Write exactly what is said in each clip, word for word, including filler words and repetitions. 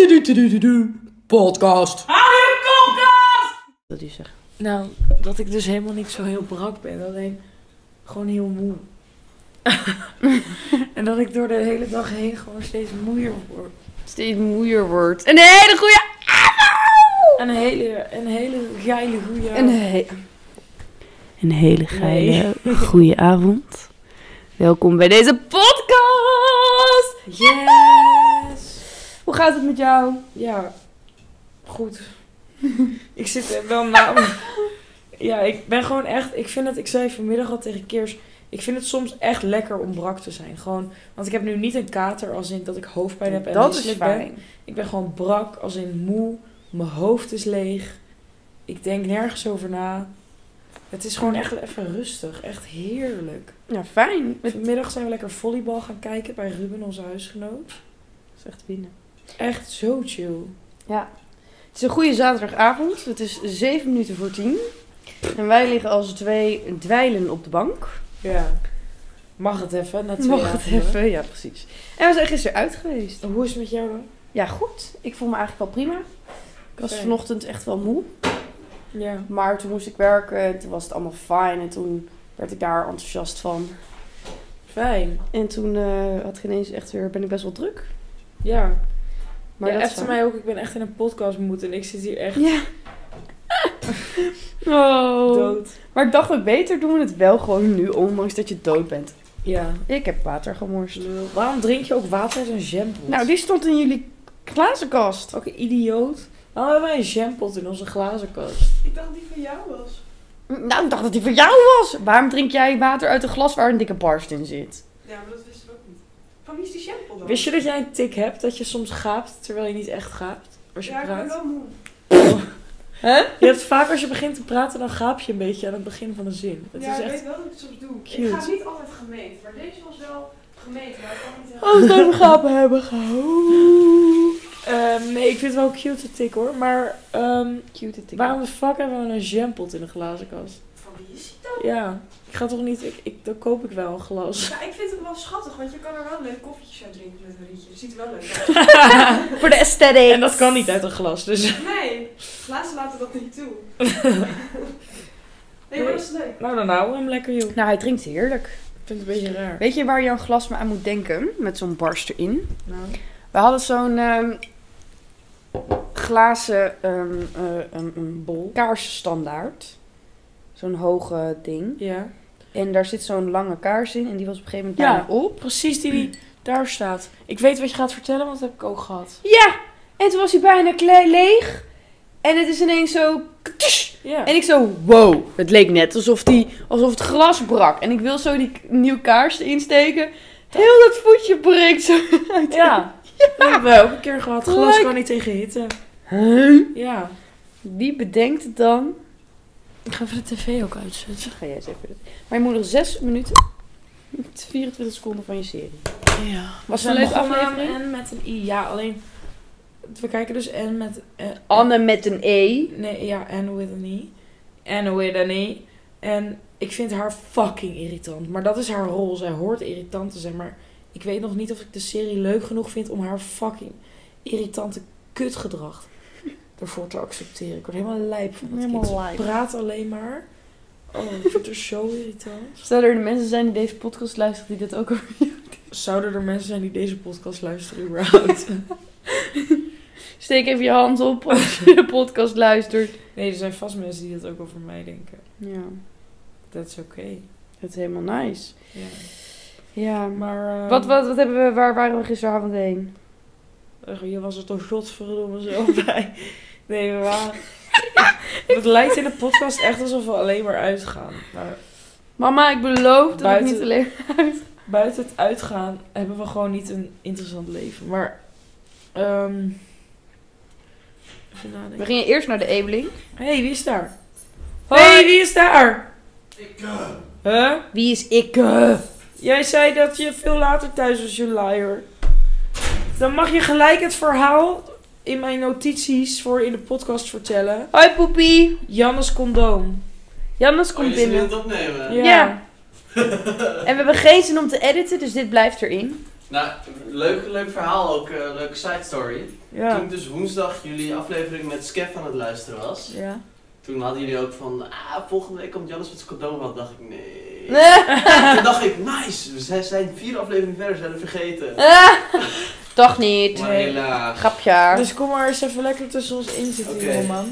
Podcast. Hou je podcast! Wat u zegt. Nou, dat ik dus helemaal niet zo heel brak ben. Alleen gewoon heel moe. En dat ik door de hele dag heen gewoon steeds moeier word. Steeds moeier wordt. Een hele goede avond! Een hele, een hele geile goede Een, he een hele geile goede avond. Welkom bij deze podcast! Yes! Hoe gaat het met jou? Ja, goed. Ik zit er wel nou... Ja, ik ben gewoon echt... Ik vind het... Ik zei vanmiddag al tegen Keers... Ik vind het soms echt lekker om brak te zijn. Gewoon... Want ik heb nu niet een kater als in dat ik hoofdpijn heb en Dat is misselijk fijn. ben. Ik ben gewoon brak als in moe. Mijn hoofd is leeg. Ik denk nergens over na. Het is gewoon echt even rustig. Echt heerlijk. Ja, fijn. Met... Vanmiddag zijn we lekker volleybal gaan kijken bij Ruben, onze huisgenoot. Dat is echt winnen. Echt zo chill. Ja. Het is een goede zaterdagavond. Het is zeven minuten voor tien. En wij liggen als twee dweilen op de bank. Ja. Mag het even? Na twee Mag het avonden? even? Ja, precies. En we zijn gisteren uit geweest. Hoe is het met jou dan? Ja, goed. Ik voel me eigenlijk wel prima. Ik was Fijn. vanochtend echt wel moe. Ja. Maar toen moest ik werken. En toen was het allemaal fijn. En toen werd ik daar enthousiast van. Fijn. En toen uh, had ik ineens echt weer, ben ik best wel druk. Ja. Maar ja, dat is echt voor fijn. mij ook. Ik ben echt in een podcast moeten en ik zit hier echt Ja. Oh. dood. Maar ik dacht ook beter doen we het wel gewoon nu, ondanks dat je dood bent. Ja. Ik heb water gemorst. Lul. Waarom drink je ook water uit een jampot? Nou, die stond in jullie glazenkast. Ook een idioot. Waarom hebben wij een jampot in onze glazenkast? Ik dacht die van jou was. Nou, ik dacht dat die voor jou was. Waarom drink jij water uit een glas waar een dikke barst in zit? Ja, maar dat wisten we ook niet. Van wie is die shampoo dan? Wist je dat jij een tik hebt? Dat je soms gaapt terwijl je niet echt gaapt? Als je Ja, ik ben praat? wel moe. Hè? Je hebt vaak als je begint te praten, dan gaap je een beetje aan het begin van de zin. Het ja, is ik echt... weet wel dat ik het soms doe. cute. Ik ga niet altijd gemeten, maar deze was wel gemeten. Maar ik kan niet Als we het over gapen hebben gehouden. Ehm, nee, ik vind het wel een cute tik hoor. Maar ehm, Cute tik. waarom de fuck hebben we een jampot in de glazenkast? Van wie is die dan? Ja, ik ga toch niet... Ik, ik, dan koop ik wel een glas. Ja, ik vind het wel schattig, want je kan er wel leuk koffietjes uit drinken met een rietje. Dat ziet er wel leuk uit. Voor de aesthetic. En dat kan niet uit een glas, dus... Nee, glazen laten dat niet toe. Nee, maar dat is leuk. Nou, dan houden we hem lekker, joh. Nou, hij drinkt heerlijk. Ik vind het een beetje raar. Weet je waar je een glas maar aan moet denken? Met zo'n barst erin. Nou. We hadden zo'n ehm, glazen ehm, eh, een, een bol. Kaarsstandaard. Zo'n hoge ding. Ja. En daar zit zo'n lange kaars in. En die was op een gegeven moment Ja. bijna op. Precies die die daar staat. Ik weet wat je gaat vertellen, want dat heb ik ook gehad. Ja! En toen was hij bijna kle- leeg. En het is ineens zo... Ja. En ik zo, wow. Het leek net alsof, die, alsof het glas brak. En ik wil zo die k- nieuwe kaars erin steken. Heel dat voetje breekt zo uit. Ja. Dat hebben we ook een keer gehad. Glas Like- kan niet tegen hitte. Huh? Ja. Wie bedenkt het dan? Ik ga even de tv ook uitzetten. Ga jij eens even doen. Maar je moet nog zes minuten... vierentwintig seconden van je serie. Ja. Was We het een zijn leuke begonnen aflevering? aan N met een I. Ja, alleen... We kijken dus N met... eh, Anne met een E. Nee, ja, N with an I. N with an I. En ik vind haar fucking irritant. Maar dat is haar rol. Zij hoort irritant te zijn. Maar ik weet nog niet of ik de serie leuk genoeg vind om haar fucking irritante kutgedrag ervoor te accepteren. Ik word helemaal lijp van dat Helemaal kind. Ze lijp. praat alleen maar. Oh, ik vind haar zo irritant. Stel er mensen zijn die deze podcast luisteren die dat ook over je... Zouden er mensen zijn die deze podcast luisteren überhaupt? Steek even je hand op als je de podcast luistert. Nee, er zijn vast mensen die dat ook over mij denken. Ja, That's okay. dat is helemaal nice. Ja. Ja, Maar... ehm, Wat, wat, wat hebben we, waar waren we gisteravond heen? Ach, je was er toch godverdomme zo bij. Nee, we waren... Het lijkt in de podcast echt alsof we alleen maar uitgaan. Maar Mama, ik beloof dat Buiten- ik niet alleen uit... buiten het uitgaan hebben we gewoon niet een interessant leven. Maar... ehm even nadenken. We gingen eerst naar de Ebeling. Hé, hey, wie is daar? Hoi. Hé, hey, wie is daar? Ik Huh? Wie is ik? Uh? Jij zei dat je veel later thuis was, je liar. Dan mag je gelijk het verhaal in mijn notities voor in de podcast vertellen. Hoi poepie. Jannes condoom. Jannes komt Oh, je binnen. het opnemen? Ja. Ja. En we hebben geen zin om te editen, dus dit blijft erin. Nou, leuk, leuk verhaal ook, uh, leuke side story. Ja. Toen ik dus woensdag jullie aflevering met Skef aan het luisteren was, Ja. toen hadden jullie ook van, ah, volgende week komt Jannes met zijn cadeau gehad. Dacht ik, nee. Nee. Toen dacht ik, nice, we zijn vier afleveringen verder, zijn we vergeten. Toch niet. Maar Nee. helaas. Grapje. Dus kom maar eens even lekker tussen ons in zitten, Oké. jongeman.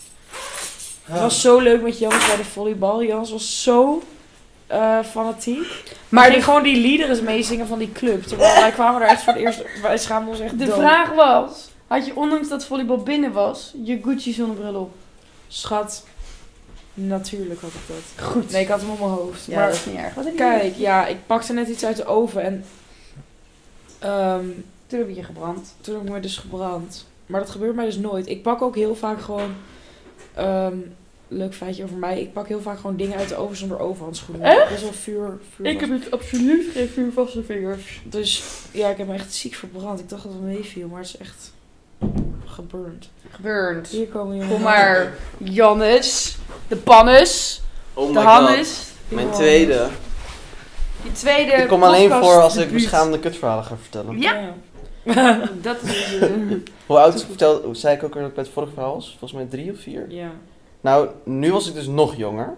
Het was zo leuk met Jans bij de volleybal. Jans was zo uh, fanatiek. Maar Maar die de, gewoon die liederen meezingen van die club. Terwijl wij kwamen er echt voor het eerst... Wij schaamden ons echt de dood. vraag was, had je ondanks dat volleybal binnen was, je Gucci zonnebril op? Schat, natuurlijk had ik dat. Goed. Nee, ik had hem op mijn hoofd. Ja, maar dat is niet erg. Wat heb je kijk, gedaan? ja, ik pakte net iets uit de oven en... ehm, Toen heb je je gebrand. toen heb ik me dus gebrand. Maar dat gebeurt mij dus nooit. Ik pak ook heel vaak gewoon... ehm, leuk feitje over mij. Ik pak heel vaak gewoon dingen uit de oven zonder overhandschoenen. Echt? Best wel vuur, vuur Ik heb het absoluut geen vuurvaste vingers. Dus ja, ik heb me echt ziek verbrand. Ik dacht dat het meeviel, maar het is echt geburnt. Gebeurd. Hier komen jullie. Kom maar, Jannes. De Pannes. Oh De my Hannes. Mijn tweede. Die tweede Ik kom alleen podcast voor als ik debuut. beschaamde kutverhalen ga vertellen. Ja. Ja. Dat is uh, Hoe oud vertel, hoe zei ik ook al dat ik bij het vorige verhaal was? Volgens mij drie of vier. Ja. Nou, nu was ik dus nog jonger.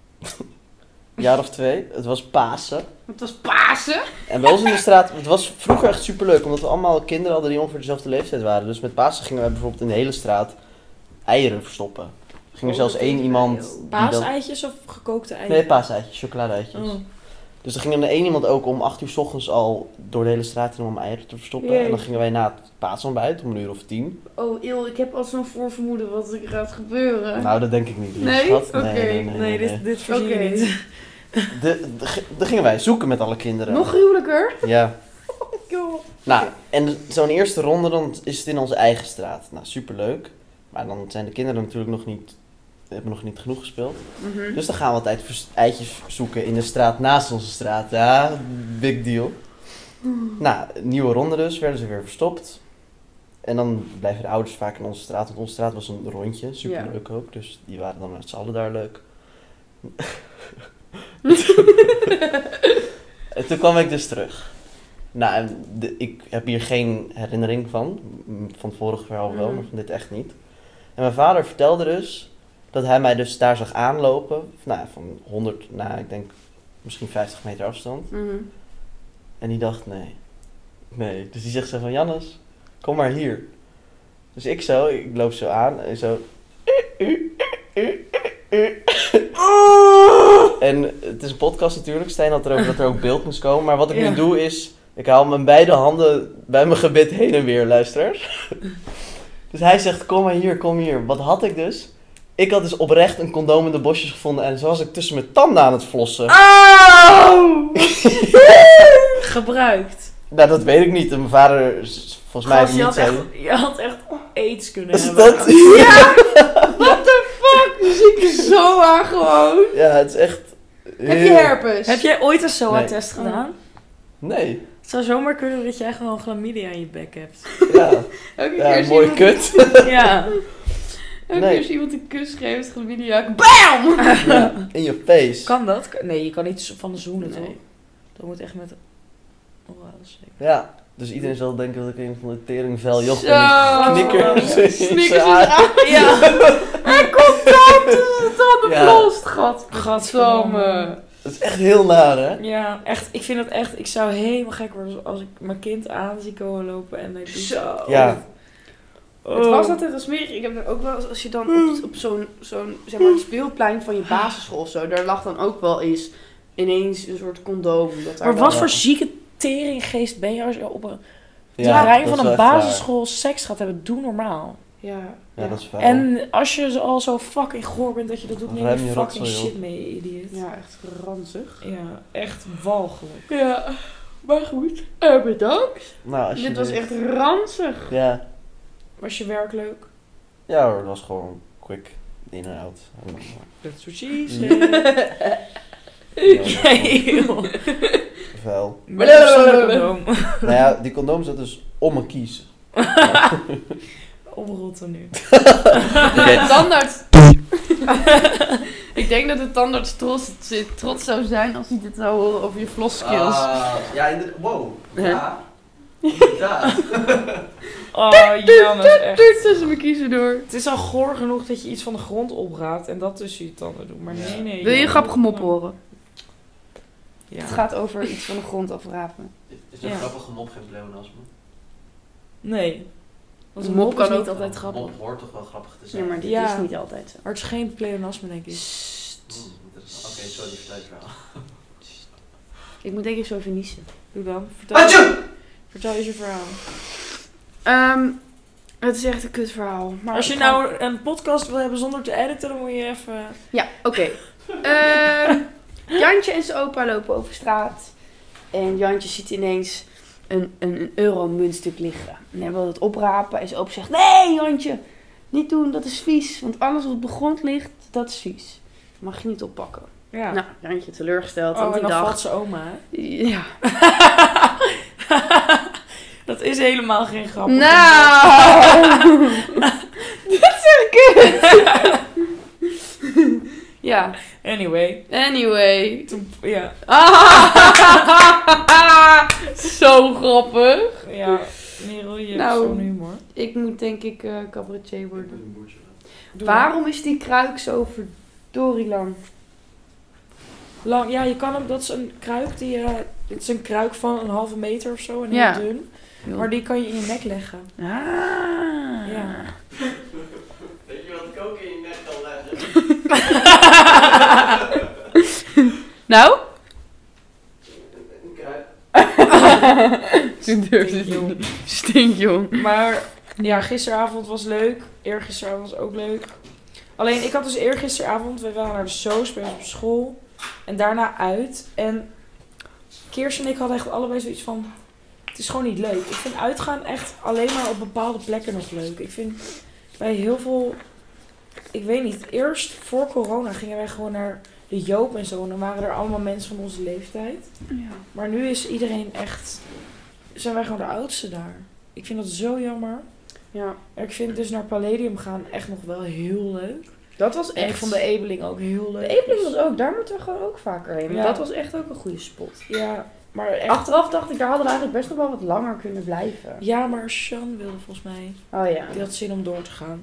Een jaar of twee. Het was Pasen. Het was Pasen. En bij ons in de straat, het was vroeger echt superleuk, omdat we allemaal kinderen hadden die ongeveer dezelfde leeftijd waren. Dus met Pasen gingen wij bijvoorbeeld in de hele straat eieren verstoppen. Er ging er zelfs één iemand... die dan- Paaseitjes of gekookte eieren? Nee, paaseitjes, chocolade-eitjes. Oh. Dus dan ging er één iemand ook om acht uur 's ochtends al door de hele straat in om eieren te verstoppen. Jee. En dan gingen wij na het paasontbijt om een uur of tien. Oh, Il, ik heb al zo'n voorvermoeden wat er gaat gebeuren. Nou, dat denk ik niet. lief Nee? schat. Oké. Nee, dit, dit voorzien Oké. je niet. De, de, dan gingen wij zoeken met alle kinderen. Nog gruwelijker? Ja. Joh. Nou, en zo'n eerste ronde, dan is het in onze eigen straat. Nou, superleuk. Maar dan zijn de kinderen natuurlijk nog niet, hebben nog niet genoeg gespeeld. Mhm. Dus dan gaan we altijd vers- eitjes zoeken in de straat naast onze straat. Ja, big deal. Nou, nieuwe ronde dus, werden ze weer verstopt. En dan blijven de ouders vaak in onze straat, want onze straat was een rondje, superleuk ook. Dus die waren dan met z'n allen daar leuk. En toen kwam ik dus terug. Nou, en de, ik heb hier geen herinnering van. M, Van het vorige verhaal wel, Mhm. maar van dit echt niet. En mijn vader vertelde dus dat hij mij dus daar zag aanlopen. Nou, van honderd, nou, ik denk misschien vijftig meter afstand. Mhm. En die dacht, nee. Nee. Dus die zegt zo van, Jannes, kom maar hier. Dus ik zo, ik loop zo aan en zo... En het is een podcast natuurlijk. Stijn had erover dat er ook beeld moest komen. Maar wat ik Ja. nu doe is... Ik haal mijn beide handen bij mijn gebit heen en weer, luisteraars. Dus hij zegt, kom maar hier, kom hier. Wat had ik dus? Ik had dus oprecht een condoom in de bosjes gevonden. En zo was ik tussen mijn tanden aan het flossen. Auw! Gebruikt. Nou, dat weet ik niet. En mijn vader, is- volgens mij, Gast, je, niet had zei. echt, je had echt aids kunnen Is hebben. dat? Ja! What the fuck? Dus ik zo aan gewoon. Ja, het is echt... Heb je heel- herpes? Heb jij ooit een S O A-test Nee. gedaan? Nee. Het zou zomaar kunnen dat jij gewoon chlamydia in je bek hebt. Ja, Elke keer ja als mooi iemand- kut. Ja. Elke Nee. keer als iemand een kus geeft, chlamydia. BAM! Ja, in je face. Kan dat? Nee, je kan niet van de zoenen, Nee. toch? Dat moet echt met... Oh, dat is zeker. Ja, dus iedereen zal denken dat ik een van de teringvel joch Zo. en die knikkers in Snickers zijn is haar. aan. Ja. Hij komt dan tussen de tanden Ja. vlost. Gat. Gadverdamme. Dat is echt heel naar, hè? Ja, echt. Ik vind het echt... Ik zou helemaal gek worden als ik mijn kind aan zie komen lopen en hij doet... Zo. Ja. Oh. Het was altijd wel smerig. Ik heb er ook wel eens, als je dan op, op zo'n, zo'n zeg maar, het speelplein van je basisschool of zo, daar lag dan ook wel eens ineens een soort condoom. Dat daar Maar dan- wat voor zieke teringgeest ben je als je op een Ja, terrein dat van is een wel echt basisschool seks gaat hebben? Doe normaal. Ja, waar. Ja, dat is waar. En als je al zo fucking goor bent dat je dat doet, neem Ruim je je fucking rotzooi op. shit mee, je idioot. ja, echt ranzig. Ja, echt walgelijk. Ja, maar goed. Uh, bedankt. Nou, als je Dit was dit- echt ranzig. Ja. Was je werk leuk? Ja hoor, het was gewoon quick in en out. That's what she said. Nee, joh. Vuil. Met een zonder condoom. Nou ja, die condoom zat dus om mijn kies. Oprotten nu. De tandarts... Ik denk dat de tandarts trots, trots zou zijn als hij dit zou horen over je floss skills. Ah, ja, inderdaad. Wow. Ja. Ja. Inderdaad. Oh, Jannes, echt. Duurt tussen mijn kiezen door. Het is al goor genoeg dat je iets van de grond opraapt en dat tussen je tanden doet. Maar nee, nee. Wil je een Jan. grappige mop horen? Ja. Het gaat over iets van de grond afrapen. Is een Ja. grappige mop geen pleonasme? Nee. Want Een een mop mop kan is niet ook- altijd Een grappig. mop hoort toch wel grappig te Ja, zijn? maar dit Ja. is niet altijd zo. Maar het is geen pleonasme, denk ik. Hmm, interessant. Oké, sorry, vertel je verhaal. Ik moet denk ik zo even niezen. Doe dan. Vertel, Atjoe! vertel eens je verhaal. Ehm, het is echt een kut verhaal. Maar Als je ik ga- nou een podcast wil hebben zonder te editen, dan moet je even... Ja, oké. Ehm, Jantje en zijn opa lopen over straat. En Jantje ziet ineens een, een, een euro-muntstuk liggen. En hij wil het oprapen. En zijn opa zegt, nee Jantje, niet doen, dat is vies. Want alles wat op de grond ligt, dat is vies. Dat mag je niet oppakken. Ja. Nou, Jantje teleurgesteld. oh, want en die dan valt dacht... zijn oma, hè? Ja. Dat is helemaal geen grap. Nou! Dat is echt kut! Ja, Anyway. anyway. Toen, ja. Zo grappig. Ja. Merel, je Nou. hebt zo'n humor. Ik moet denk ik eh cabaretier Ik worden. ben een boertje. Doe Waarom is die kruik zo verdorie lang? Lang, ja, je kan hem, dat is een kruik die, eh dit is een kruik van een halve meter of zo en heel Ja. dun. Maar die kan je in je nek leggen. Ah. Ja. Weet je wat ik ook in je nek kan leggen? Nou? Een kruid. Toen durfde ze Stinkjong. niet. Stinkjong. Maar ja, gisteravond was leuk. Eergisteravond was ook leuk. Alleen, ik had dus eergisteravond, we waren naar de Soos bij ons op school. En daarna uit. En Kirsten en ik hadden echt allebei zoiets van... Het is gewoon niet leuk. Ik vind uitgaan echt alleen maar op bepaalde plekken nog leuk. Ik vind bij heel veel... Ik weet niet. Eerst voor corona gingen wij gewoon naar de Joop en zo. En dan waren er allemaal mensen van onze leeftijd. Ja. Maar nu is iedereen echt... Zijn wij gewoon de oudste daar. Ik vind dat zo jammer. Ja. En ik vind dus naar Palladium gaan echt nog wel heel leuk. Dat was En ik echt... vond de Ebeling ook heel leuk. De Evening was ook, daar moeten we gewoon ook vaker heen. Want Ja. dat was echt ook een goede spot. Ja, maar echt... Achteraf dacht ik, daar hadden we eigenlijk best nog wel wat langer kunnen blijven. Ja, maar Sean wilde volgens mij... Oh ja. Die had zin om door te gaan.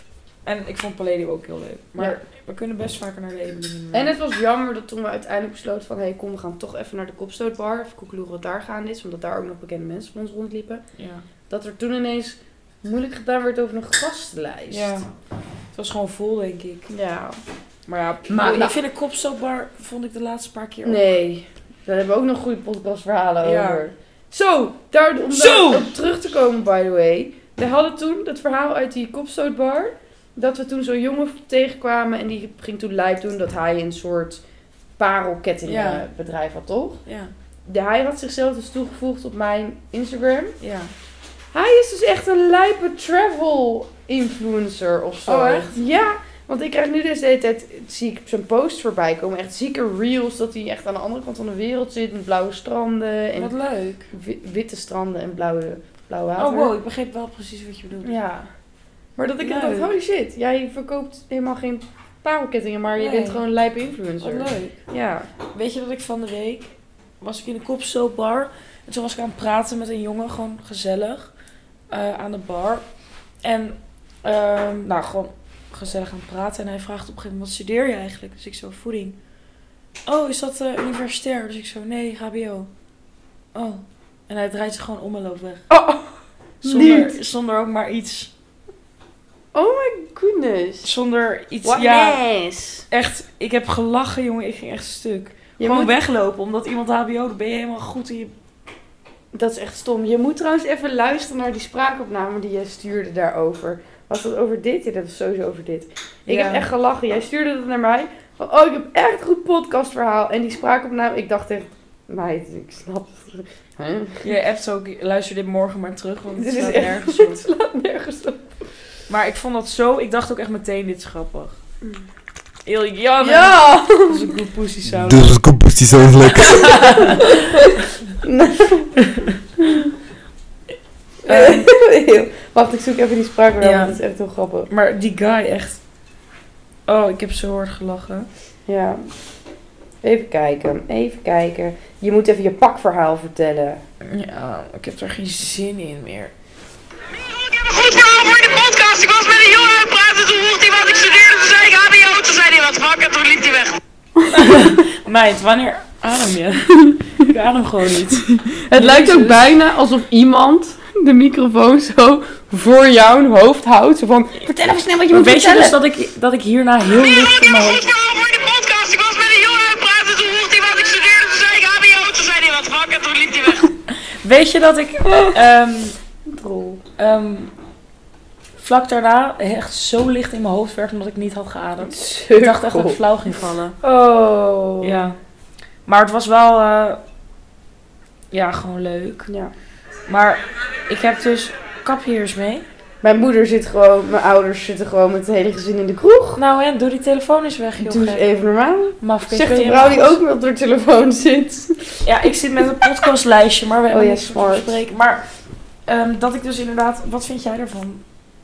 En ik vond Palladium ook heel leuk. Maar Ja. we kunnen best vaker naar de Ebeling. En het was jammer dat toen we uiteindelijk besloten van... Hé, hey, kom, we gaan toch even naar de Kopstootbar. Even koekeloeren wat daar gaande is. Omdat daar ook nog bekende mensen van ons rondliepen. Ja. Dat er toen ineens moeilijk gedaan werd over een gastenlijst. Ja. Het was gewoon vol, denk ik. Ja. Maar ja, Maar- maar, ik nou- vind de kopstootbar vond ik de laatste paar keer ook. Nee. Daar hebben we ook nog goede podcastverhalen Ja. over. Zo, daar, om Zo! daar op terug te komen, by the way. We hadden toen dat verhaal uit die Kopstootbar. Dat we toen zo'n jongen tegenkwamen. En die ging toen live doen dat hij een soort parelkettingbedrijf had, toch? Ja, De, hij had zichzelf dus toegevoegd op mijn Instagram. ja. Hij is dus echt een lijpe travel influencer of zo. Oh, echt? Ja, want ik krijg nu dus de hele tijd, zie ik zijn post voorbij komen. Echt zieke reels dat hij echt aan de andere kant van de wereld zit. Met blauwe stranden en Wat leuk. wi- witte stranden en blauwe, blauw water. Oh wow, ik begreep wel precies wat je bedoelt. Ja. Maar dat ik Leuk. dacht, holy shit, jij verkoopt helemaal geen parelkettingen, maar je Nee. bent gewoon een lijpe Wat influencer. leuk. Ja. Weet je dat ik van de week was ik in de kopstootbar en toen was ik aan het praten met een jongen, gewoon gezellig, eh, aan de bar. En ehm, nou, gewoon gezellig aan het praten en hij vraagt op een gegeven moment, wat studeer je eigenlijk? Dus ik zo, voeding. Oh, is dat eh, universitair? Dus ik zo, nee, H B O. Oh. En hij draait zich gewoon om en loopt weg. Oh, Zonder, niet. zonder ook maar iets. Oh my goodness. Zonder iets. What Ja, nice. echt. Ik heb gelachen, jongen. Ik ging echt stuk. Je Gewoon moet- weglopen, omdat iemand H B O, dan ben je helemaal goed in je... Dat is echt stom. Je moet trouwens even luisteren naar die spraakopname die jij stuurde daarover. Was dat over dit? Ja, dat was sowieso over dit. Ik Ja. heb echt gelachen. Jij stuurde dat naar mij. Van, oh, ik heb echt een goed podcastverhaal. En die spraakopname, ik dacht echt... Meid, ik snap het. Huh? Je appt ook, luister dit morgen maar terug, want het Dit is staat echt- nergens op. Het slaat nergens op. Maar ik vond dat zo, ik dacht ook echt meteen, dit is grappig. Heel Janne. Ja! Dat is een good pussy sound. Dit is een compostie zo lekker. Ehm, Wacht, ik zoek even die spraakopname. Ja. Dat is echt heel grappig. maar die guy echt... Oh, ik heb zo hard gelachen. Ja. Even kijken, even kijken. Je moet even je pakverhaal vertellen. Ja, ik heb er geen zin in meer. Ik heb een goed verhaal voor de podcast. Ik was met een jongen aan het praten. Toen vroeg hij wat ik studeerde. Toen zei ik H B O. Toen zei hij wat fuck. En toen liep hij weg. Meid, wanneer adem je? Ik adem gewoon niet. Het lijkt ook Jezus. bijna alsof iemand de microfoon zo voor jouw hoofd houdt. Zo van, vertel even snel wat je Maar moet weet je vertellen. dus dat ik, dat ik hierna heel Ik licht in heb mijn een hoofd... goed verhaal voor de podcast. Ik was met een jongen aan het praten. Toen vroeg hij wat ik studeerde. Toen zei ik H B O. Toen zei hij wat fuck. En toen liep hij weg. Weet je dat ik... ehm Drol. ehm, vlak daarna echt zo licht in mijn hoofd werd omdat ik niet had geademd. Sukkel. Ik dacht echt dat ik flauw ging vallen. Oh. Ja. Maar het was wel... eh, ja, gewoon leuk. Ja. Maar ik heb dus... Kap hier eens mee. Mijn moeder zit gewoon, mijn ouders zitten gewoon met het hele gezin in de kroeg. Nou en, doe die telefoon eens weg, joh. Doe eens gek. even normaal. Mafkees, Zegt ben de je vrouw die nog- ook met op haar telefoon zit. Ja, ik zit met een podcastlijstje, maar we hebben Oh ja, niks te smart. bespreken. Maar ehm, dat ik dus inderdaad... Wat vind jij ervan?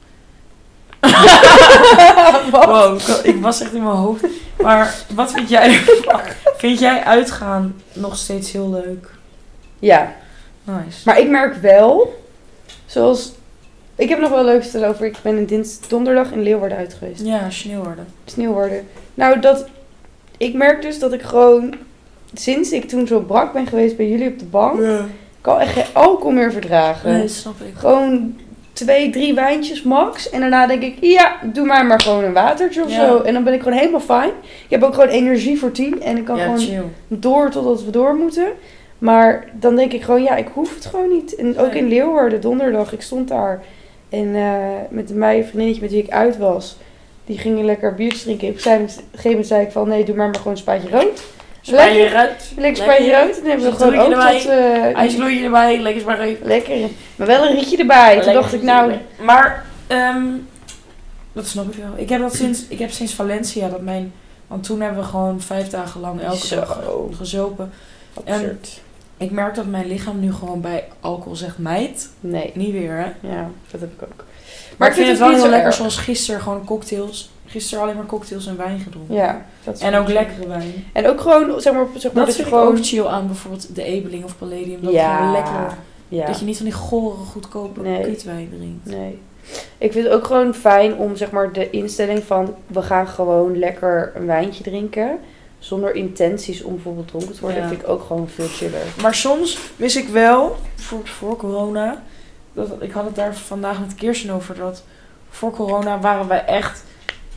Wat? Wow, ik, ik was echt in mijn hoofd. Maar wat vind jij ervan? Vind jij uitgaan nog steeds heel leuk? Ja, Nice. maar ik merk wel, zoals... Ik heb nog wel leuk te vertellen over, ik ben in dins, donderdag in Leeuwarden uit geweest. Ja, sneeuwwarden. Sneeuwwarden. Nou, dat... Ik merk dus dat ik gewoon, sinds ik toen zo brak ben geweest bij jullie op de bank, Ja. kan echt geen alcohol meer verdragen. Nee, snap ik. Gewoon twee, drie wijntjes max. En daarna denk ik, ja, doe mij maar gewoon een watertje of Ja. zo. En dan ben ik gewoon helemaal fijn. Ik heb ook gewoon energie voor tien. En ik kan Ja, gewoon chill. door totdat we door moeten. Maar dan denk ik gewoon, ja, ik hoef het gewoon niet. En ook Nee. in Leeuwarden, donderdag, ik stond daar. En eh, met een meisje, vriendinnetje met wie ik uit was. Die gingen lekker biertjes drinken. Op een gegeven moment zei ik van, nee, doe maar maar gewoon een spaatje rood. Spanje Lekker, eruit. lekker spaatje rood. En dan hebben we Zo'n gewoon ook trucje dat... eh, IJsvloeitje erbij, lekker Spanje. lekker. Maar wel een rietje erbij. Toen dacht ik, nou... Maar, ehm dat snap ik wel. Ik heb dat sinds, ik heb sinds Valencia, dat mijn... Want toen hebben we gewoon vijf dagen lang elke Zo. dag gezopen. Absurd. Ik merk dat mijn lichaam nu gewoon bij alcohol zegt, meid, Nee. niet weer hè. Ja, dat heb ik ook. Maar, ik vind het wel niet heel zo lekker, erg. zoals gisteren gewoon cocktails. Gisteren alleen maar cocktails en wijn gedronken. Ja. Dat is En goed. ook lekkere wijn. En ook gewoon, zeg maar, zeg maar Dat dat, je vind ik gewoon... ook chill aan bijvoorbeeld de Ebeling of Palladium. Dat ja. het gewoon lekker, Ja. dat je niet van die gore, goedkope Nee. kutwijn drinkt. Nee. Ik vind het ook gewoon fijn om, zeg maar, de instelling van... We gaan gewoon lekker een wijntje drinken. Zonder intenties om bijvoorbeeld dronken te worden. Ja. vind ik ook gewoon veel chiller. Maar soms wist ik wel, voor, voor corona, dat, ik had het daar vandaag met Kirsten over, dat voor corona waren wij echt,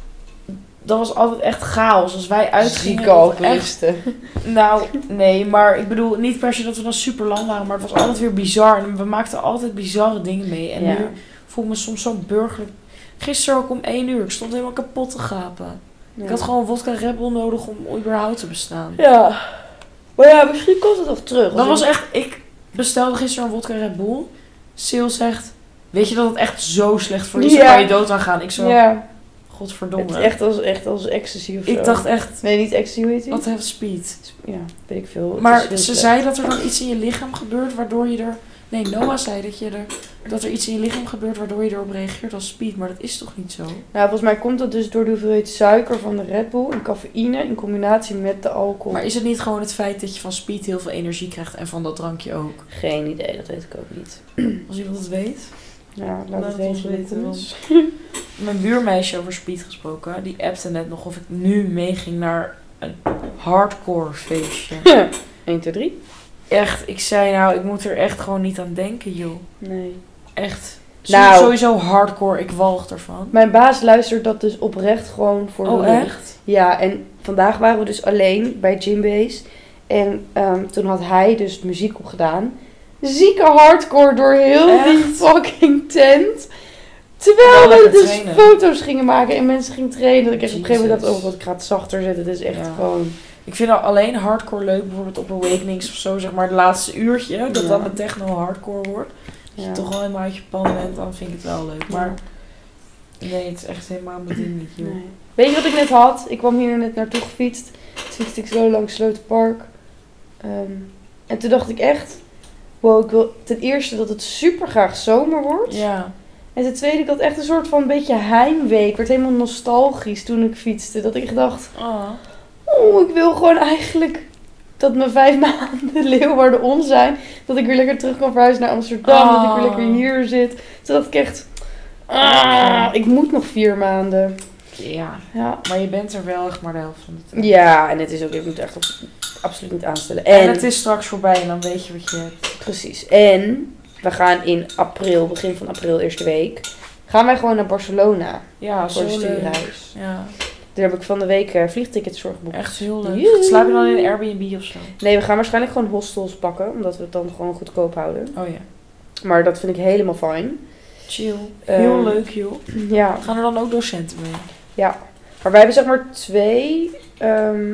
dat was altijd echt chaos. Als wij uitgingen, Zieke dat was alcoholisten. echt, nou nee, maar ik bedoel niet per se dat we dan super lang waren, maar het was altijd weer bizar. En we maakten altijd bizarre dingen mee. En Ja. nu voel ik me soms zo burgerlijk. Gisteren ook om één uur, ik stond helemaal kapot te gapen. Ik had gewoon vodka Red Bull nodig om überhaupt te bestaan. Ja. Maar ja, misschien komt het nog terug. Dat was echt, ik bestelde gisteren een vodka Red Bull. Sil zegt, weet je dat het echt zo slecht voor je is? Ja. Dan kan je dood aan gaan. Ik zo, Ja. godverdomme. Het is echt als, echt als ecstasy of zo. ik dacht echt, Nee, niet ecstasy, hoe heet die? wat heeft speed. Ja, weet ik veel. Het Maar is heel ze slecht. zei dat er dan iets in je lichaam gebeurt waardoor je er... Nee, Noah zei dat, je er, dat er iets in je lichaam gebeurt waardoor je erop reageert als speed. Maar dat is toch niet zo? Nou, volgens mij komt dat dus door de hoeveelheid suiker van de Red Bull en cafeïne in combinatie met de alcohol. Maar is het niet gewoon het feit dat je van speed heel veel energie krijgt en van dat drankje ook? Geen idee, dat weet ik ook niet. Als iemand het weet. Ja, laat, Laat het het ons weten. weten, jongens. Mijn buurmeisje over speed gesproken. Die appte net nog of ik nu meeging naar een hardcore feestje. één, twee, drie? Echt, ik zei nou, ik moet er echt gewoon niet aan denken, joh. Nee. Echt. Nou. Sowieso hardcore, ik walg ervan. Mijn baas luistert dat dus oprecht gewoon voor Oh, de lol. echt? Ja, en vandaag waren we dus alleen bij Gymbase. En ehm, toen had hij dus muziek opgedaan. Zieke hardcore door heel die Echt? fucking tent. Terwijl Wel we lekker dus trainen. foto's gingen maken en mensen gingen trainen. Dat ik echt op een gegeven moment dacht, Jesus. oh wat, ik ga het zachter zetten. Het is echt Ja. gewoon... Ik vind al alleen hardcore leuk, bijvoorbeeld op Awakenings of zo, zeg maar het laatste uurtje. Dat Ja. dan de techno hardcore wordt. Dat Ja. je toch wel helemaal uit je pan bent, dan vind ik het wel leuk. Maar nee, het is echt helemaal mijn ding niet, joh. Nee. Weet je wat ik net had? Ik kwam hier net naartoe gefietst. Toen fietste ik zo langs Slotenpark. Ehm en toen dacht ik echt... Wow, ik wil ten eerste dat het super graag zomer wordt. Ja. En ten tweede, ik had echt een soort van beetje heimwee. Ik werd helemaal nostalgisch toen ik fietste. Dat ik echt dacht... Oh. Oh, ik wil gewoon eigenlijk dat mijn vijf maanden Leeuwarden om zijn. Dat ik weer lekker terug kan verhuizen naar Amsterdam. Oh. Dat ik weer lekker hier zit. Zodat ik echt... Ah, ik moet nog vier maanden. Ja, Ja. maar je bent er wel echt maar de helft van de tijd. Ja, en het is ook, ik moet echt op, absoluut niet aanstellen. En, En, het is straks voorbij en dan weet je wat je hebt. precies. En we gaan in april, begin van april, eerste week, gaan wij gewoon naar Barcelona Ja, voor zo de leuk. studiereis. Ja, Daar heb ik van de week uh, vliegtickets voor geboekt. echt heel leuk. Joe. Slaap je dan in een Airbnb of zo? Nee, we gaan waarschijnlijk gewoon hostels pakken, omdat we het dan gewoon goedkoop houden. Oh ja. Maar dat vind ik helemaal fijn. Chill. Heel Ehm, leuk, joh. Ja, Gaan er dan ook docenten mee? ja. Maar wij hebben zeg maar twee, ehm,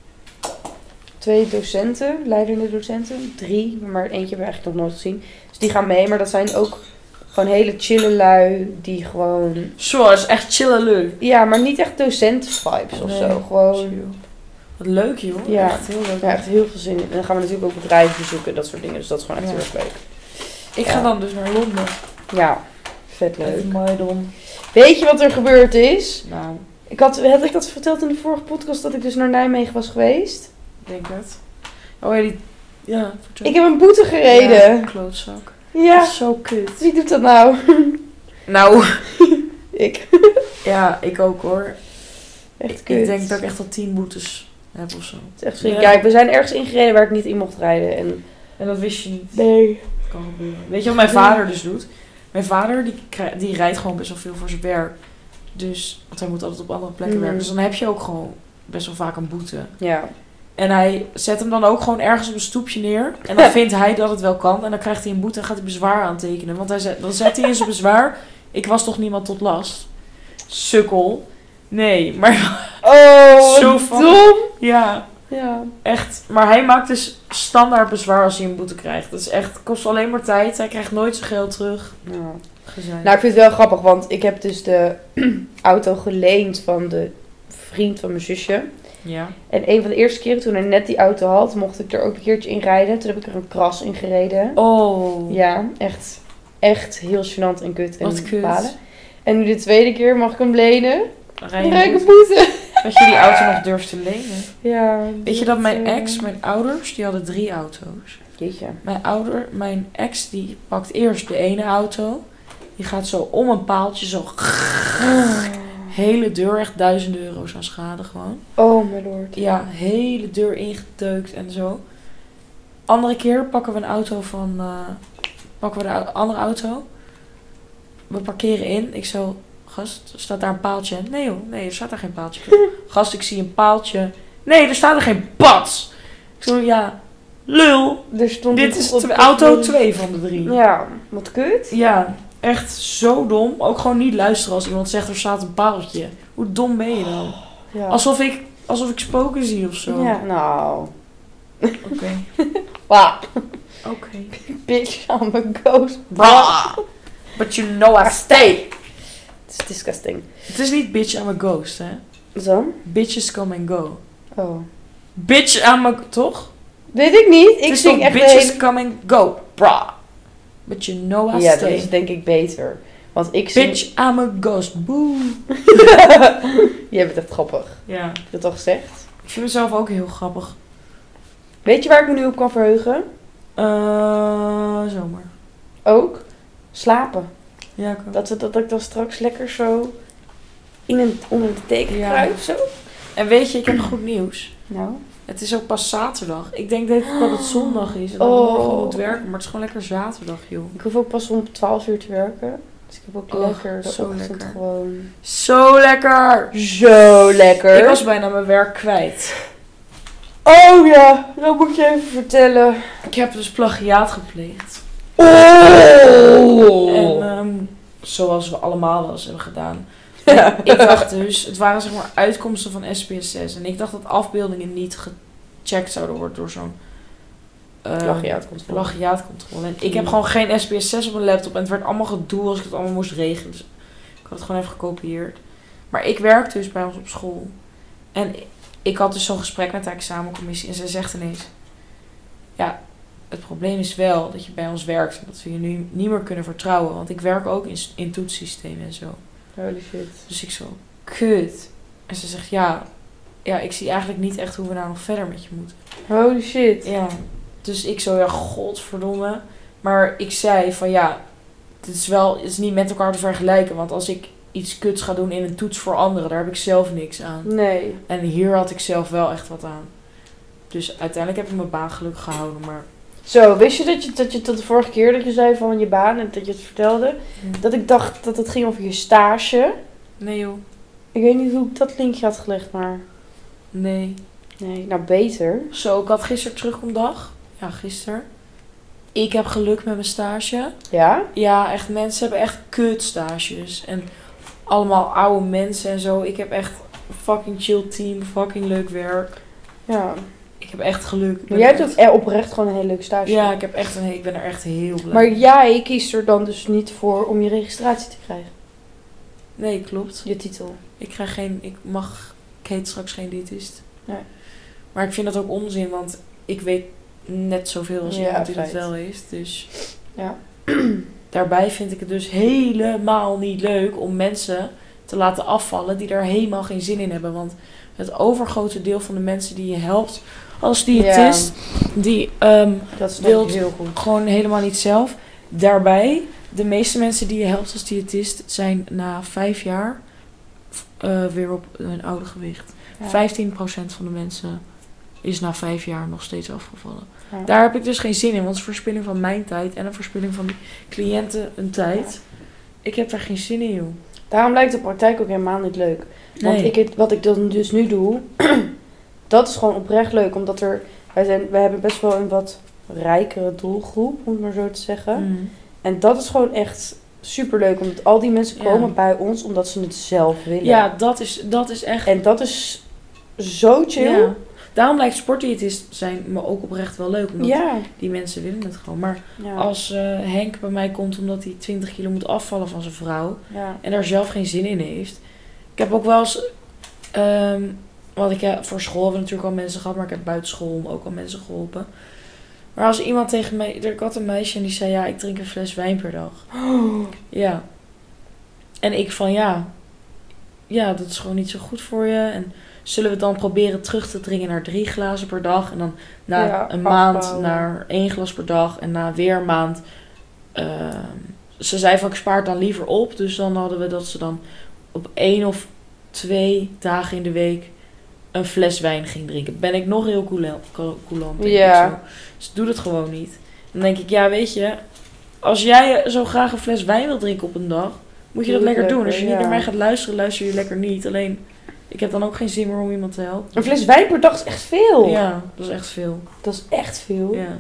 twee docenten, leidende docenten. Drie, maar eentje hebben we eigenlijk nog nooit gezien. Dus die gaan mee, maar dat zijn ook gewoon hele chille lui die gewoon... Zo, dat is echt chille leuk. Ja, maar niet echt docent-vibes of Nee, zo. Gewoon... chill. Wat leuk, joh. Ja. Echt heel leuk. Ja, echt heel veel zin in. En dan gaan we natuurlijk ook bedrijven bezoeken, dat soort dingen. Dus dat is gewoon echt Ja. heel erg leuk. Ik ga Ja. dan dus naar Londen. Ja, vet leuk. Met Maidon. Weet je wat er gebeurd is? Nou, Ik had, had ik dat verteld in de vorige podcast dat ik dus naar Nijmegen was geweest? ik denk het. Oh ja, die... Ja, vertel. Ik heb een boete Ja, gereden. klootzak. Ja. Dat is zo kut. Wie doet dat nou? Nou, Ik. ja, ik ook hoor. Echt Ik, kut. ik denk dat ik echt al tien boetes heb of zo. Het is echt verschrikkelijk. Ja. Kijk, we zijn ergens ingereden waar ik niet in mocht rijden. En... En dat wist je niet. Nee. Kan gebeuren. Weet je wat mijn vader dus doet? Mijn vader die, krij- die rijdt gewoon best wel veel voor zijn werk. Dus, want hij moet altijd op andere plekken Mhm. werken. Dus dan heb je ook gewoon best wel vaak een boete. Ja. En hij zet hem dan ook gewoon ergens op een stoepje neer. En dan vindt hij dat het wel kan. En dan krijgt hij een boete en gaat hij bezwaar aantekenen. Want hij zet, dan zet hij in zijn bezwaar... Ik was toch niemand tot last? Sukkel. Nee, maar Oh, Zo wat van- dom. ja, Ja. echt. Maar hij maakt dus standaard bezwaar als hij een boete krijgt. Dat is echt, kost alleen maar tijd. Hij krijgt nooit zijn geld terug. Ja. Gezeik. Nou, ik vind het wel grappig, want ik heb dus de auto geleend van de vriend van mijn zusje. ja. En een van de eerste keren toen hij net die auto had, mocht ik er ook een keertje in rijden. Toen heb ik er een kras in gereden. Oh. Ja, echt, echt heel gênant en kut en Wat kut. balen. En nu de tweede keer mag ik hem lenen. Dan rij Dan je rijd ik een een boete. boete. Dat je die auto nog durft te lenen. Ja. Weet je dat mijn eh, ex, mijn ouders, die hadden drie auto's. Jeetje. Mijn ouder, mijn ex, die pakt eerst de ene auto. Die gaat zo om een paaltje, zo... Hele deur, echt duizenden euro's aan schade gewoon. Oh, my lord. Ja, hele deur ingedeukt en zo. Andere keer pakken we een auto van... eh, pakken we de au- andere auto. We parkeren in. Ik zo... Gast, staat daar een paaltje? Nee joh, nee, er staat daar geen paaltje. Gast, ik zie een paaltje. Nee, er staat er geen pad. Ik zo, ja, lul. Er stond Dit een- is op- tw- op- auto twee van de drie. Ja, wat kut. Ja, echt zo dom. Ook gewoon niet luisteren als iemand zegt er staat een paaltje. Hoe dom ben je dan? Ja. Alsof ik, alsof ik spoken zie of zo. Ja, nou. Oké. Wauw. Oké. Bitch, I'm a ghost. Bah. But you know I stay. Het is disgusting. Het is niet bitch, I'm a ghost, hè. Zo? Bitches come and go. Oh. Bitch, I'm a... Toch? Weet ik niet. Het Ik is zing toch echt bitches hele- come and go, brah. But you know I Ja, dat stay. is denk ik beter. Want ik zing... Bitch, I'm a ghost. Boe. Jij bent echt grappig. Ja. Heb je dat al gezegd? Ik vind mezelf ook heel grappig. Weet je waar ik me nu op kan verheugen? Eh, zomer. Ook? Slapen. Ja, ik ook. Dat, we- dat ik dan straks lekker zo in een, onder de deken Ja. kruip. Zo. En weet je, ik heb goed nieuws. Nou. Het is ook pas zaterdag. Ik denk dat het, dat het zondag is en dat ik Oh. morgen moet werken. Maar het is gewoon lekker zaterdag, joh. Ik hoef ook pas om twaalf uur te werken. Dus ik heb ook Oh, lekker de zo ochtend lekker. gewoon... Zo lekker! Zo lekker. Ik was bijna mijn werk kwijt. Oh ja, dat moet je even vertellen. Ik heb dus plagiaat gepleegd. Oh! En ehm, zoals we allemaal wel eens hebben gedaan. En ik dacht dus, het waren zeg maar uitkomsten van S P S zes. En ik dacht dat afbeeldingen niet gecheckt zouden worden door zo'n uh, Plagiaatcontrole. plagiaatcontrole. En ik heb gewoon geen S P S zes op mijn laptop. En het werd allemaal gedoe als ik het allemaal moest regelen. Dus ik had het gewoon even gekopieerd. Maar ik werkte dus bij ons op school. En ik had dus zo'n gesprek met de examencommissie. En zij zegt ineens... Ja, het probleem is wel dat je bij ons werkt. En dat we je nu niet meer kunnen vertrouwen. Want ik werk ook in, in toetssystemen en zo. Holy shit. Dus ik zo, kut. En ze zegt, ja, ja, ik zie eigenlijk niet echt hoe we nou nog verder met je moeten. Holy shit. Ja, dus ik zo, ja, godverdomme. Maar ik zei van ja, het is wel, het is niet met elkaar te vergelijken. Want als ik iets kuts ga doen in een toets voor anderen, daar heb ik zelf niks aan. Nee. En hier had ik zelf wel echt wat aan. Dus uiteindelijk heb ik mijn baan gelukkig gehouden, maar... Zo, wist je dat je, dat je tot de vorige keer dat je zei van je baan en dat je het vertelde, dat ik dacht dat het ging over je stage? Nee joh, Ik weet niet hoe ik dat linkje had gelegd, maar... nee. Nee, nou beter. Zo, ik had gisteren terugkomdag. Ja, gisteren. Ik heb geluk met mijn stage. Ja? Ja, echt, mensen hebben echt kutstages. En allemaal oude mensen en zo. Ik heb echt een fucking chill team, fucking leuk werk. Ja. Ik heb echt geluk. Ik ben Maar jij hebt echt- ook echt oprecht gewoon een hele leuke stage. Ja, ik, heb echt een, ik ben er echt heel blij Maar mee. jij kiest er dan dus niet voor om je registratie te krijgen. Nee, klopt. Je titel. Ik krijg geen... Ik mag... Ik heet straks geen diëtist. Nee. Maar ik vind dat ook onzin, want ik weet net zoveel als Ja, iemand die dat feit. wel is. Dus Ja. daarbij vind ik het dus helemaal niet leuk om mensen te laten afvallen die er helemaal geen zin in hebben. Want het overgrote deel van de mensen die je helpt als diëtist, die um, Dat is Wilt- heel goed. gewoon helemaal niet zelf. Daarbij, de meeste mensen die je helpt als diëtist zijn na vijf jaar uh, weer op hun oude gewicht. Ja. vijftien procent van de mensen is na vijf jaar nog steeds afgevallen. Ja. Daar heb ik dus geen zin in, want het is verspilling van mijn tijd en een verspilling van die cliënten een tijd. Ik heb daar geen zin in, joh. Daarom lijkt de praktijk ook helemaal niet leuk. Want Nee. ik, het- wat ik dan dus nu doe, dat is gewoon oprecht leuk. Omdat er, wij, zijn, wij hebben best wel een wat rijkere doelgroep, om het maar zo te zeggen. Mm. En dat is gewoon echt super leuk. Omdat al die mensen Ja. komen bij ons omdat ze het zelf willen. Ja, dat is, dat is echt... En dat is zo chill. Ja. Daarom lijkt sportdiëtist zijn me ook oprecht wel leuk. Omdat Ja. die mensen willen het gewoon. Maar Ja. als uh, Henk bij mij komt omdat hij twintig kilo moet afvallen van zijn vrouw. ja. En daar zelf geen zin in heeft. Ik heb ook wel eens... Um, want ik heb, voor school hebben we natuurlijk al mensen gehad. Maar ik heb buitenschool ook al mensen geholpen. Maar als iemand tegen mij... Ik had een meisje en die zei... Ja, ik drink een fles wijn per dag. Ja. En ik van ja... Ja, dat is gewoon niet zo goed voor je. En zullen we het dan proberen terug te dringen naar drie glazen per dag. En dan na Ja, een maand afbouwen. naar één glas per dag. En na weer een maand... Uh, ze zei van ik spaar het dan liever op. Dus dan hadden we dat ze dan op één of twee dagen in de week een fles wijn ging drinken. Ben ik nog heel coulant, coulant denk Ja. ik zo. Dus doe dat gewoon niet. Dan denk ik, ja weet je, als jij zo graag een fles wijn wil drinken op een dag, moet je Doe dat het lekker doen. lekker, Als je niet ja. naar mij gaat luisteren, luister je lekker niet. Alleen, ik heb dan ook geen zin meer om iemand te helpen. Een fles wijn per dag is echt veel. Ja, dat is echt veel. Dat is echt veel. Ja,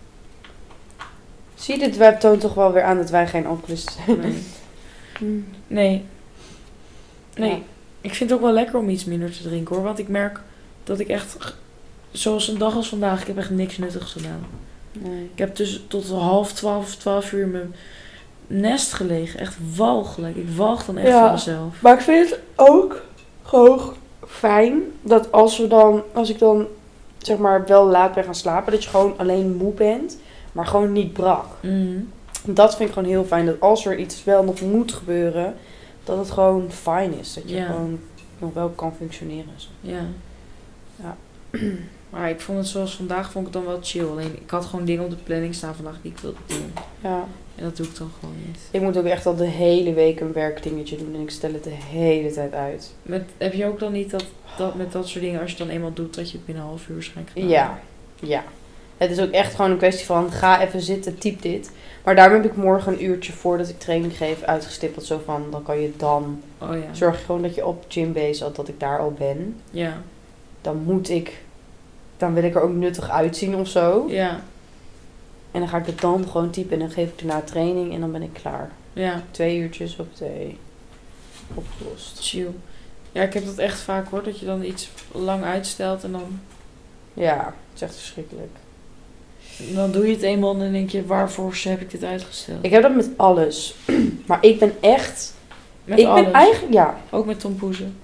Zie je, dit web toont toch wel weer aan dat wij geen alcoholisten zijn. nee. Mm. Nee. Nee. Ja. Ik vind het ook wel lekker om iets minder te drinken hoor. Want ik merk dat ik echt... Zoals een dag als vandaag, ik heb echt niks nuttigs gedaan. Nee. Ik heb tussen tot half twaalf, twaalf uur in mijn nest gelegen. Echt walgelijk. Ik walg dan echt Ja. van mezelf. Maar ik vind het ook gewoon fijn dat als we dan, als ik dan zeg maar wel laat ben gaan slapen, dat je gewoon alleen moe bent, maar gewoon niet brak. Mm. Dat vind ik gewoon heel fijn. Dat als er iets wel nog moet gebeuren, dat het gewoon fijn is. Dat je Ja. gewoon nog wel kan functioneren. Zo. Ja. Ja. Maar ik vond het zoals vandaag vond ik het dan wel chill. Alleen ik had gewoon dingen op de planning staan vandaag die ik wilde doen. Ja. En dat doe ik dan gewoon niet. Ik moet ook echt al de hele week een werkdingetje doen en ik stel het de hele tijd uit. Met, heb je ook dan niet dat, dat met dat soort dingen, als je het dan eenmaal doet, dat je het binnen een half uur waarschijnlijk gedaan Ja, ja. Het is ook echt gewoon een kwestie van ga even zitten, typ dit. Maar daarom heb ik morgen een uurtje voordat ik training geef uitgestippeld. Zo van, dan kan je dan... hebt? Oh ja. Zorg je gewoon dat je op Gymbase, dat dat ik daar al ben. Ja. Dan moet ik... Dan wil ik er ook nuttig uitzien of zo. Ja. En dan ga ik het dan gewoon typen en dan geef ik daarna training en dan ben ik klaar. Ja. Twee uurtjes op thee. Opgelost. Chill. Ja, ik heb dat echt vaak hoor, dat je dan iets lang uitstelt en dan, Ja, het is echt verschrikkelijk. dan doe je het eenmaal en dan denk je, waarvoor heb ik dit uitgesteld? Ik heb dat met alles. Maar ik ben echt... Met ik alles. ben eigenlijk... Ja. Ook met Tom Poezen.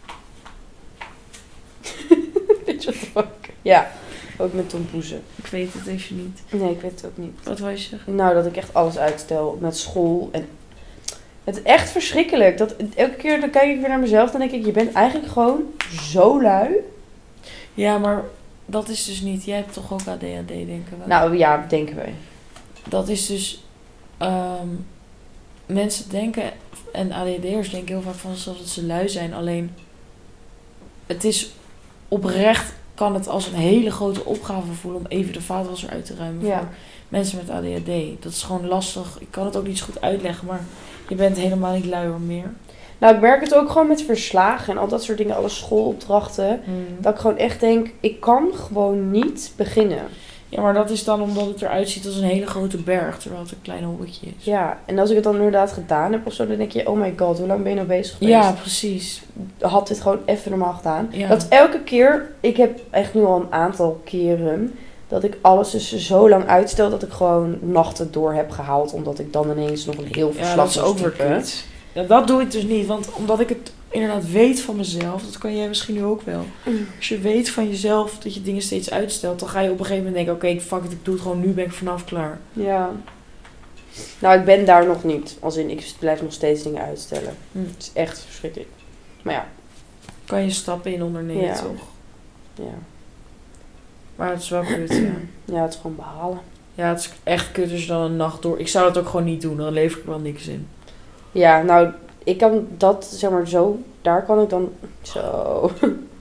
Weet je wat de fuck? Ja. Ook met Tom Poezen. Ik weet het even niet. Nee, ik weet het ook niet. Wat wil je zeggen? Nou, dat ik echt alles uitstel met school. En Het is echt verschrikkelijk. Dat, elke keer dan kijk ik weer naar mezelf. Dan denk ik, je bent eigenlijk gewoon zo lui. Ja, maar dat is dus niet... Jij hebt toch ook A D H D, denken we? Nou ja, denken wij. Dat is dus... Um, mensen denken... En A D H D'ers denken heel vaak van zichzelf dat ze lui zijn. Alleen... Het is oprecht... Kan het als een hele grote opgave voelen... Om even de vaatwasser uit te ruimen. Ja. Voor mensen met A D H D. Dat is gewoon lastig. Ik kan het ook niet zo goed uitleggen. Maar je bent helemaal niet luier meer. Nou, ik merk het ook gewoon met verslagen en al dat soort dingen, alle schoolopdrachten. Mm. Dat ik gewoon echt denk, ik kan gewoon niet beginnen. Ja, maar dat is dan omdat het eruit ziet als een hele grote berg. Terwijl het een klein hobbeltje is. Ja, en als ik het dan inderdaad gedaan heb of zo, dan denk je, oh my god, hoe lang ben je nou bezig geweest? Ja, precies. Had dit gewoon even normaal gedaan. Ja. Dat elke keer, ik heb echt nu al een aantal keren, dat ik alles dus zo lang uitstel dat ik gewoon nachten door heb gehaald. Omdat ik dan ineens nog een heel verslag Ja, dat is moest ook weer typen. kut. Ja, dat doe ik dus niet. Want omdat ik het inderdaad weet van mezelf. Dat kan jij misschien nu ook wel. Als je weet van jezelf dat je dingen steeds uitstelt. Dan ga je op een gegeven moment denken. Oké, okay, fuck it, ik doe het gewoon. Nu ben ik vanaf klaar. Ja. Nou, ik ben daar nog niet. Als in, ik blijf nog steeds dingen uitstellen. Hm. Het is echt verschrikkelijk. Maar ja. Kan je stappen in ondernemen, Ja. toch? Ja. Maar het is wel kut, ja. Ja, het is gewoon behalen. Ja, het is echt kut als je dan een nacht door... Ik zou dat ook gewoon niet doen. Dan lever ik wel niks in. Ja, nou, ik kan dat, zeg maar, zo... Daar kan ik dan... Zo...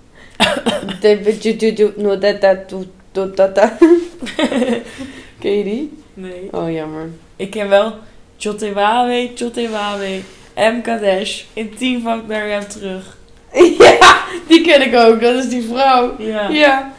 No, dat, dat, dat, dat, dat. Ken je die? Nee. Oh, jammer. Ik ken wel... Chotewawe, Chotewawe, M. Kadesh. In tien vak naar hem terug. Ja, die ken ik ook. Dat is die vrouw. Ja. Ja.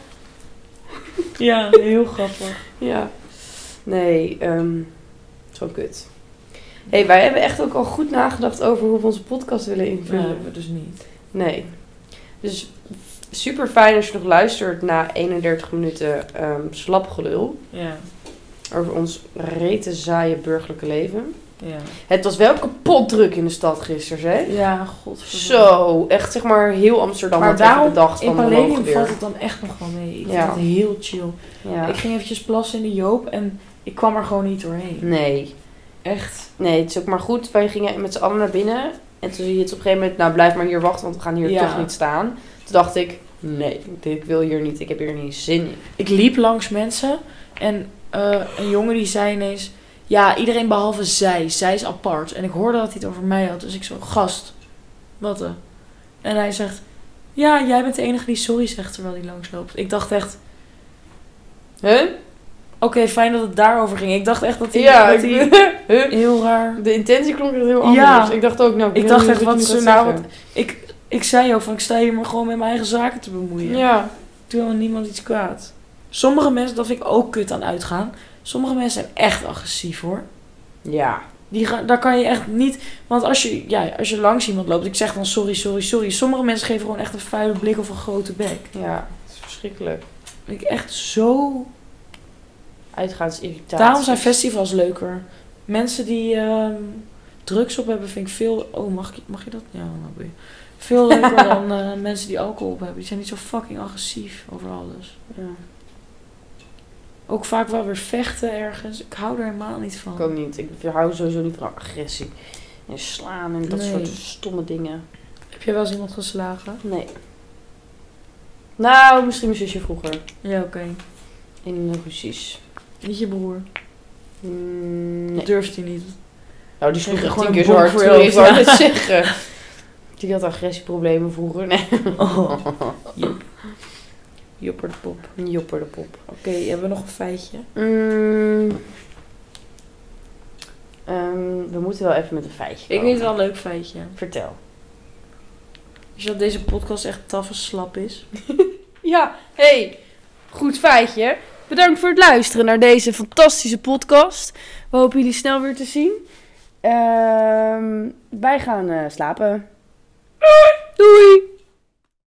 Ja, heel grappig. Ja. Nee, um, zo kut. Hé, hey, wij hebben echt ook al goed nagedacht over hoe we onze podcast willen Dat invullen. hebben we dus niet. Nee. Dus super fijn als je nog luistert na eenendertig minuten um, slapgelul. Ja. Over ons rete saaie burgerlijke leven. Ja. Het was wel kapot druk in de stad gisteren, hè? Ja, godverdomme. Zo, echt zeg maar heel Amsterdam Maar had even daarom, bedacht in van we Palladium mogen weer. valt het dan echt nog wel mee. Ik Ja. vind het heel chill. Ja. Ik ging eventjes plassen in de Joop en ik kwam er gewoon niet doorheen. Nee. Echt. Nee, het is ook maar goed. Wij gingen met z'n allen naar binnen. En toen zie je het op een gegeven moment, nou blijf maar hier wachten, want we gaan hier Ja. toch niet staan. Toen dacht ik, nee, ik wil hier niet. Ik heb hier niet zin in. Ik liep langs mensen en uh, een jongen die zei ineens... Ja, iedereen behalve zij. Zij is apart. En ik hoorde dat hij het over mij had. Dus ik zo, gast, wat dan? En hij zegt... Ja, jij bent de enige die sorry zegt terwijl hij langsloopt. Ik dacht echt... Huh? Oké, okay, fijn dat het daarover ging. Ik dacht echt dat hij... Ja, dat ik, hij huh? heel raar... De intentie klonk echt heel anders. Ja. Ik dacht ook, nou... Ik weet dacht niet echt, ik wat nu is ga er nou... zeggen. Wat, ik, ik zei ook van, ik sta hier maar gewoon met mijn eigen zaken te bemoeien. Ja. Doe helemaal niemand iets kwaad. Sommige mensen, dat vind ik ook kut aan uitgaan. Sommige mensen zijn echt agressief, hoor. Ja. Die gaan, daar kan je echt niet... Want als je, ja, als je langs iemand loopt... Ik zeg dan sorry, sorry, sorry. Sommige mensen geven gewoon echt een vuile blik of een grote bek. Ja, het is verschrikkelijk. Vind ik echt zo... Uitgaansirritatie. Daarom zijn festivals leuker. Mensen die ehm, drugs op hebben, vind ik veel... Oh, mag, ik, mag je dat? Ja, nou ben je. Veel leuker dan uh, mensen die alcohol op hebben. Die zijn niet zo fucking agressief over alles. Ja. Ook vaak wel weer vechten ergens. Ik hou er helemaal niet van. Ik ook niet. Ik hou sowieso niet van agressie. En slaan en dat Nee. soort stomme dingen. Heb je wel eens iemand geslagen? Nee. Nou, misschien mijn zusje vroeger. Ja, oké. Okay. In de ruzies. Niet je broer. Mm, nee. Dat durft hij niet. Nou, die sloeg Kreeg echt gewoon tien een keer zo boek hard. voor je Toen ik hoofd. wou het zeggen. Die had agressieproblemen vroeger. Nee. Oh. Jop. Jopper de pop. Jopper de pop. Oké, okay, hebben we nog een feitje? Mm. Um, we moeten wel even met een feitje Ik komen. weet wel een leuk feitje. Vertel. Weet je dat deze podcast echt taf en slap is? Ja, hey, goed feitje. Bedankt voor het luisteren naar deze fantastische podcast. We hopen jullie snel weer te zien. Um, wij gaan uh, slapen. Doei!